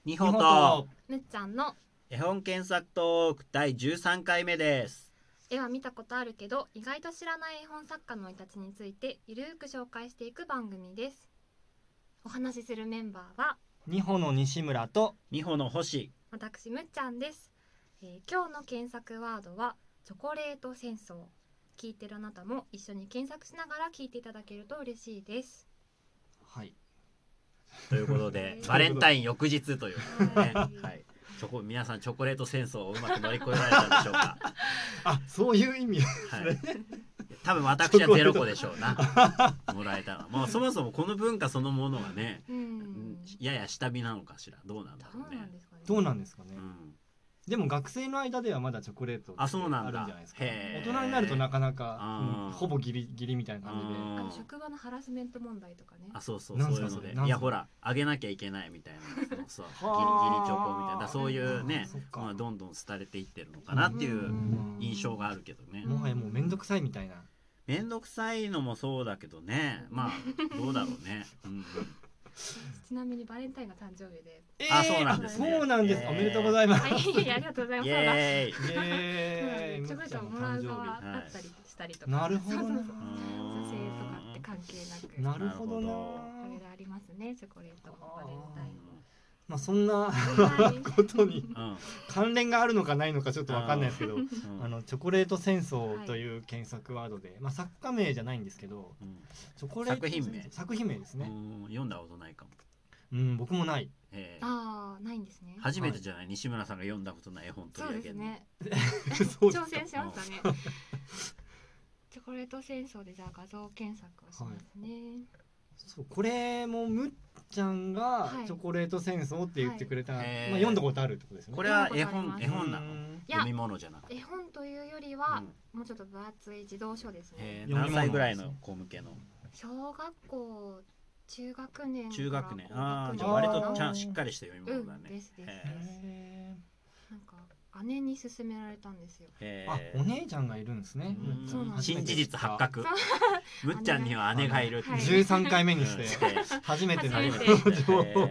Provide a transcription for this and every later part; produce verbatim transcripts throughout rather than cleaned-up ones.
にほとむっちゃんの絵本検索トークだいじゅうさんかいめです。 絵は見たことあるけど意外と知らない絵本作家の生い立ちについてゆるく紹介していく番組です。お話しするメンバーはにほの西村とみほの星、 私むっちゃんです。えー、今日の検索ワードはチョコレート戦争。聞いてるあなたも一緒に検索しながら聞いていただけると嬉しいです。 はい。 ということでバレンタイン翌日ということでね、 はいはい、チョコ皆さんチョコレート戦争をうまく乗り越えられたでしょうか。 あ、そういう意味ですね。 はい、多分私はゼロ個でしょうな。もらえたの。もうそもそもこの文化そのものがね、 うん、 やや下火なのかしら。どうなんだろうね。 どうなんですかね。 うん、 でも学生の間ではまだチョコレートあ、そうなんだ。 あるんじゃないですか。 へー。 大人になるとなかなか、 うん、 ほぼギリギリみたいな感じで。 あの職場のハラスメント問題とかね。 あ、そうそう、そういうので、いやほらあげなきゃいけないみたいなそうギリギリチョコみたいな、そういうね、まあ、どんどん廃れていってるのかなっていう印象があるけどね。 もはやもうめんどくさいみたいな。 めんどくさいのもそうだけどね、まあどうだろうね。うん、 ちなみにバレンタインが誕生日で、 えー、あ、そうなんですね。 そうなんです、えー、おめでとうございます。 はい、ありがとうございます。 イエーイ。 イエーイ。チョコレートをもらう側だったりしたりとか、 なるほどな。 女性とかって関係なく、 なるほどな。 それがありますね、チョコレートバレンタイン。 まあそんなことに関連があるのかないのかちょっと分かんないですけど、あのチョコレート戦争という検索ワードで、まあ作家名じゃないんですけど、チョコレート作品名作品名ですね。 読んだことないかも。 うん、僕もない。 えー、ああ、ないんですね。 初めてじゃない、はい、西村さんが読んだことない絵本取り上げるの。 そうですね。挑戦しましたね。チョコレート戦争でじゃあ画像検索をしますね。はい、 そうこれもむっちゃんがチョコレート戦争って言ってくれた、はい、まあ、読んだことあるってことですね。 これは絵本絵本なの？読み物じゃなくて。 絵本というよりは、うん、もうちょっと分厚い児童書ですね。 何歳ぐらいの子向けの？ 小学校中学年中学年。ああ、じゃあ割とちゃんしっかりした読み物だね。 うん、ですですです。なんか姉に勧められたんですよ。 あ、お姉ちゃんがいるんですね。 新事実発覚。むっちゃんには姉がいる。 じゅうさんかいめにして初めての情報。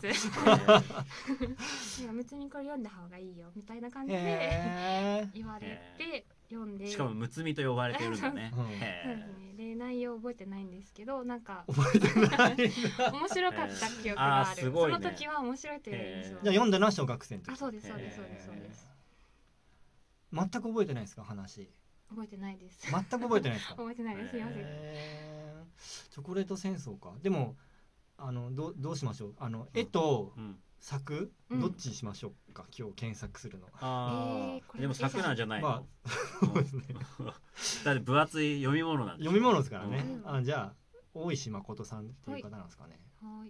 むつみこれ読んだ方がいいよみたいな感じで言われて読んで。 しかもむつみと呼ばれているんだね。 で内容覚えてないんですけど、なんか覚えてない。 面白かった記憶がある。その時は面白いという印象。 じゃあ読んだのは小学生の時。 あ、そうですそうですそうですそうです。 全く覚えてないですか、話。 覚えてないです。 全く覚えてないですか。 覚えてないです。すみません。 チョコレート戦争か。でもあのどどうしましょう。あの絵と作、うん、どっちにしましょうか。今日検索するの。 ああ、でも作なんじゃないの。まあ、そうですね。 だって分厚い読み物なんで。 読み物ですからね。うん、あ、じゃあ大石誠さんっていう方なんですかね。 はい。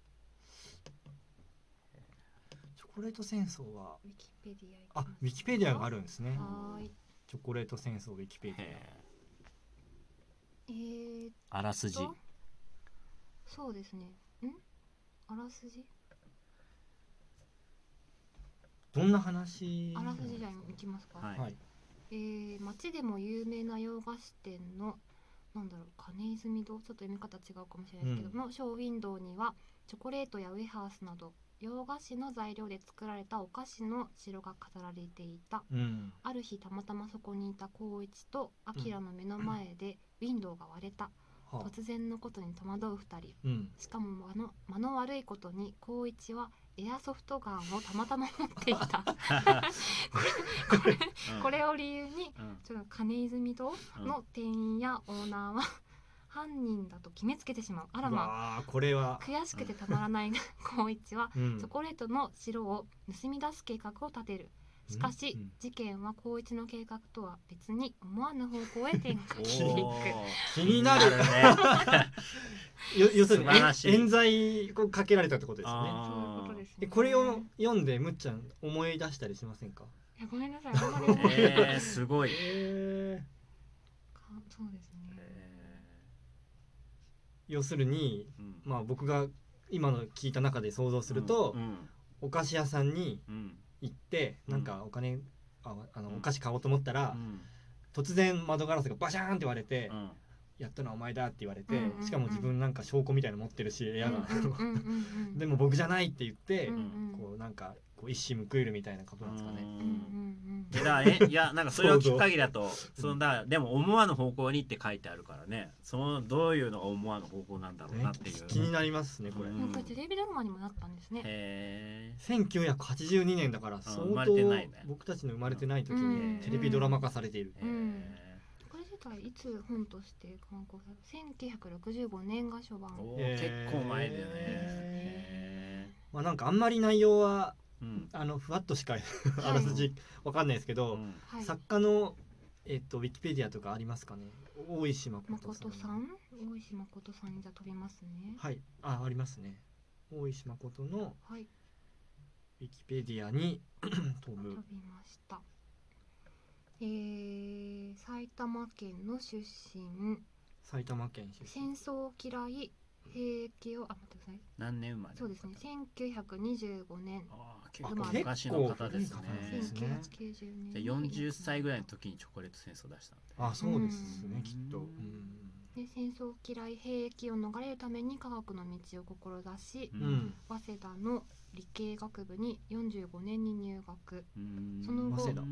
チョコレート戦争はウィキペディア、あ、ウィキペディアがあるんですね。はい。チョコレート戦争ウィキペディア。 えー、 あらすじ。 そうですね。ん？あらすじ？ どんな話？ あらすじじゃいきますか。 はい。 えー、町でも有名な洋菓子店のなんだろう、金泉堂、ちょっと読み方違うかもしれないですけど、うん、のショーウィンドウにはチョコレートやウエハースなど洋菓子の材料で作られたお菓子の城が飾られていた。うん、ある日たまたまそこにいた光一とアキラの目の前でウィンドウが割れた。うん、突然のことに戸惑うふたり、うん、しかも間の、間の悪いことに光一はエアソフトガンをたまたま持っていた。これ、これ、うん、これを理由に、うん、ちょっと金泉堂の店員やオーナーは犯人だと決めつけてしまう。あらまあ、 これは悔しくてたまらない光一は、うん、チョコレートの城を盗み出す計画を立てる。しかし、うん、事件は光一の計画とは別に思わぬ方向へ展開していく。 気になるね。要するに冤罪をかけられたってことですね。 そういうことですね。 これを読んでむっちゃん思い出したりしませんか。 いや、ごめんなさい、あんまり覚えー、すごい、えー、そうですね、 えー、要するに、うん、まあ僕が今の聞いた中で想像すると、うんうん、お菓子屋さんに行って、うん、なんかお金、ああのお菓子買おうと思ったら、うん、突然窓ガラスがバシャーンって割れて、うん、 やったのはお前だって言われて、 うんうんうん、 しかも自分なんか証拠みたいなの持ってるしエアガンンでも僕じゃないって言って、 うんうん、 こうなんかこう一矢報いるみたいなことなんですかね。 いやえいやなんかそれを聞く限りだとそのだでも思わぬ方向にって書いてあるからね、そのどういうのが思わぬ方向なんだろうなっていう、 ね、気になりますねこれ。 なんかテレビドラマにもなったんですね。 へーせんきゅうひゃくはちじゅうにねんだから相当僕たちの生まれてない時にテレビドラマ化されている。 うんうん、これ自体いつ本として刊行されたせんきゅうひゃくろくじゅうごねんが初版。 結構前だよね。 まあなんかあんまり内容はうん、 あのふわっとしかあらすじわかんないですけど、うんはい、作家の、えっと、ウィキペディアとかありますかね。大石誠さん。 誠さん大石誠さんにじゃ飛びますね。 はい、あ、ありますね。大石誠のウィキペディアに飛ぶ。 飛びました。えー、埼玉県の出身。 埼玉県出身。 戦争嫌い。兵役をあ待ってください。 何年生まれ？ そうですね。せんきゅうひゃくにじゅうごねん。 ああ結構昔の方ですね。 せんきゅうひゃくきゅうじゅうねん。 じゃあよんじゅっさいぐらいの時にチョコレート戦争出したんで。 あそうですねきっと。うんで戦争嫌い兵役を逃れるために科学の道を志し、うん、早稲田の理系学部によんじゅうごねんに入学。その後、うん、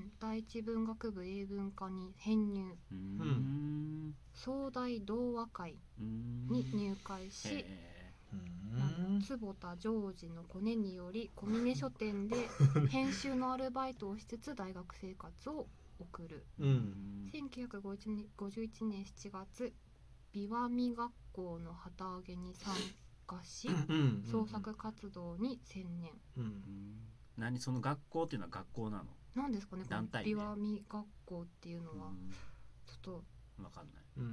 第一文学部英文科に編入。うん総大同和会に入会し、坪田ジョージのコネにより小峰書店で編集のアルバイトをしつつ大学生活を送る。うん、せんきゅうひゃくごじゅういちねんしちがつ琵琶見学校の旗揚げに参加し、創作活動に専念。うん、 何その学校っていうのは学校なの？ なんですかね、団体琵琶見学校っていうのはちょっとわかんない。 うん、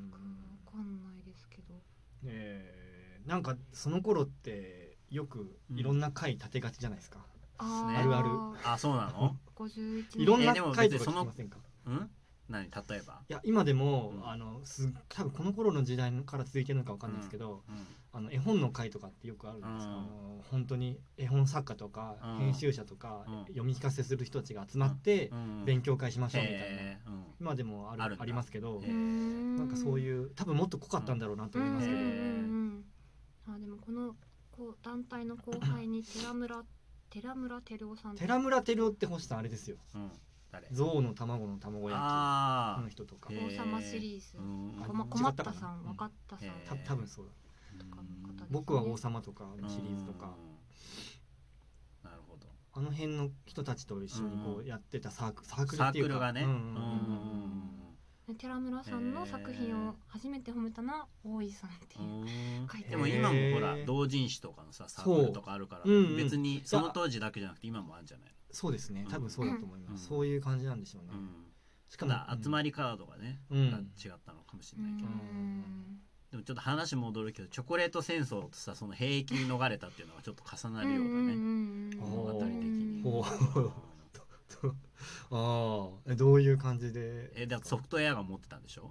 わかんないですけど。 えー、なんかその頃ってよくいろんな会立てがちじゃないですか。 うん、 あるある。 あ、そうなの？ ごじゅういちねんいろんな会とか聞きませんか？ うん？何例えば？ いや今でも、うん、あのす多分この頃の時代から続いてるのかわかんないですけど、うんうん、あの絵本の会とかってよくあるんですか、うん、あの本当に絵本作家とか、うん、編集者とか、うん、読み聞かせする人たちが集まって、うん、勉強会しましょうみたいな、うん、今でもある あ, ありますけど、なんかそういう多分もっと濃かったんだろうなと思いますけど、うんうんうん、 あでもこのこう団体の後輩に寺村寺村照夫さん寺村照夫って星さんあれですよ、うん象の卵の卵焼きの人とか王様シリーズ困ったさん分かったさん多分そうだ僕は王様とかのシリーズとかなるほどあの辺の人たちと一緒にこうやってたサークルサークルっていうかがね寺村さんの作品を初めて褒めたのは大井さんっていう書いてある。 でも今もほら同人誌とかのさサークルとかあるから別にその当時だけじゃなくて今もあるんじゃない？ そうですね多分そうだと思います、うん、そういう感じなんでしょうね、うん、 しかも集まりカードがね、うん、が違ったのかもしれないけど、うん、でもちょっと話戻るけどチョコレート戦争とさその兵役に逃れたっていうのはちょっと重なるようなね物語的にああどういう感じでえだソフトウェアが持ってたんでしょ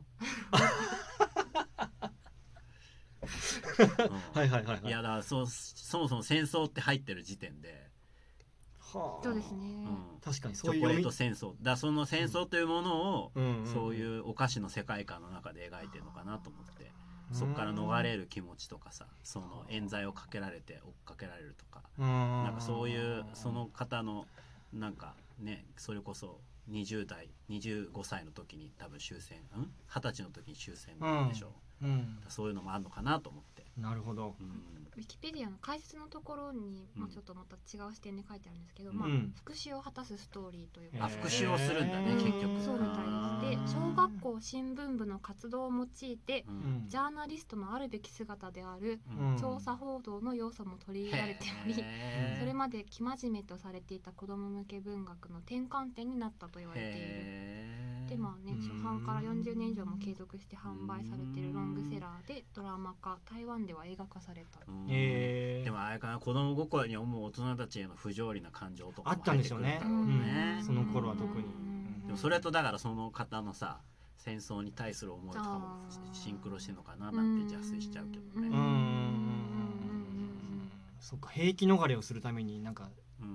はいはいはい、はい、 いやだからそそもそも戦争って入ってる時点でそうですね、 うん、確かにそういうチョコレート戦争だその戦争というものを、うん、そういうお菓子の世界観の中で描いてるのかなと思って、うん、そこから逃れる気持ちとかさその冤罪をかけられて追っかけられるとか、うん、なんかそういうその方のなんかねそれこそにじゅうだいにじゅうごさいの時に多分終戦んはたちの時に終戦なんでしょう、うん、そういうのもあるのかなと思って。 なるほど、 うん、ウィキペディアの解説のところに、うんまあ、ちょっとまた違う視点で書いてあるんですけど、うんまあ、復讐を果たすストーリーというか、 あ復讐をするんだね結局そうみたいです。で小学校新聞部の活動を用いて、うん、ジャーナリストのあるべき姿である、うん、調査報道の要素も取り入れられており、それまで生真面目とされていた子ども向け文学の転換点になったと言われている。でまあね、初版からよんじゅうねん以上も継続して販売されているロングセラーでドラマ化台湾では映画化された。 へでもあれかな子供心に思う大人たちへの不条理な感情とかも入ってくるんだろうね、 うん、その頃は特に、 うん、でもそれとだからその方のさ戦争に対する思いとかもシンクロしてるのかななんて邪推しちゃうけどね。うんうんそっか兵役逃れをするためになんかね、う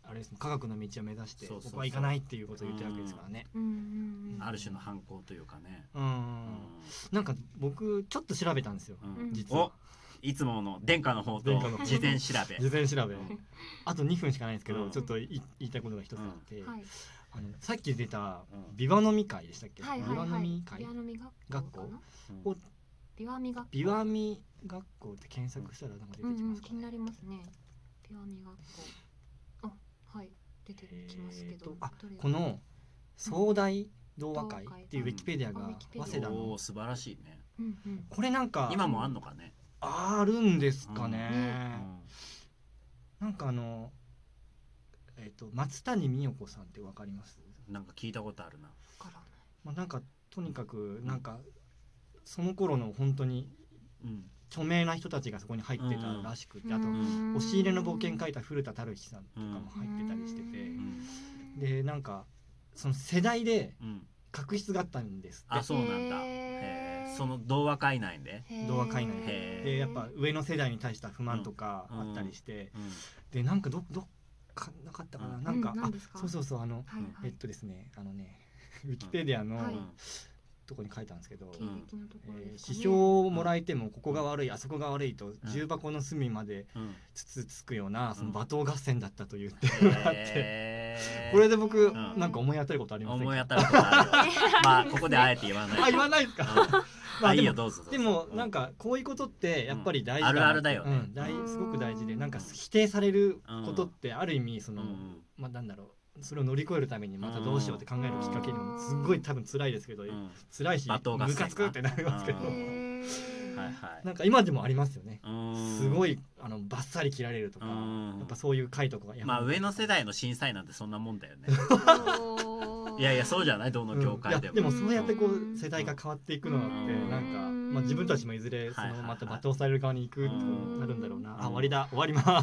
あれですね、科学の道を目指して僕は行かないっていうことを言ってるわけですからね。 うんうんうん、 ある種の反抗というかね。 うん、うん、なんか僕ちょっと調べたんですよ、うん、実は。 いつもの殿下の方と事前調べ事前調べ、うん、あとにふんしかないんですけど、うん、ちょっと言いたいことが一つあって、うんはい、あのさっき出たビワ飲み会でしたっけ、 はいはいはい、ビワ飲み会学校をビワミ学校ビワミ学校って検索したらなんか出てきますかね、 うんうん、気になりますね。ビワミ学校、あ、はい出てきますけど、 あ、この壮大同和会っていうウィキペディアが早稲田の、 素晴らしいね、 うんうん、 これなんか今もあんのかね。 あるんですかね、うん、なんかあのえっと松谷美代子さんってわかります？ なんか聞いたことあるな。 まあ、なんかとにかくなんかその頃の本当に著名な人たちがそこに入ってたらしくて、うん、あと押し入れの冒険書いた古田垂樹さんとかも入ってたりしてて、うん、でなんかその世代で確執があったんですって、 うん、あ、そうなんだ。へー、その同和会内で同和会内ででやっぱ上の世代に対した不満とかあったりして、うんうん、でなんかどどっかなかったかな、うん、なんか、うん、あそうそうそうあの、はいはい、えっとですねあのねウィキペディアの、うんはい、とこに書いたんですけど、うん、えー、指標をもらえてもここが悪い、うん、あそこが悪いと、うん、重箱の隅までつつつくような、うん、その罵倒合戦だったという点があって、えー、これで僕、うん、なんか思い当たることありませんか？ 思い当たることあるまあここであえて言わないあ言わないですか、うんまあ、いいよどうぞどうぞ。 でもなんかこういうことってやっぱり大事だ、 うん、あるあるだよね、 うん、大すごく大事で、なんか否定されることってある意味その、うん、まあなんだろうそれを乗り越えるためにまたどうしようって考えるきっかけにもすごい多分辛いですけど、うん、辛いしムカつくってなりますけど、はいはい、なんか今でもありますよね。すごいあのバッサリ切られるとか、やっぱそういう回とかがまあ上の世代の審査員なんてそんなもんだよねいやいやそうじゃないどの業界でも、 うん、でもそうやってこう世代が変わっていくのってなんか、まあ、自分たちもいずれそのまた罵倒される側に行くとなるんだろうな。あ、終わりだ終わります。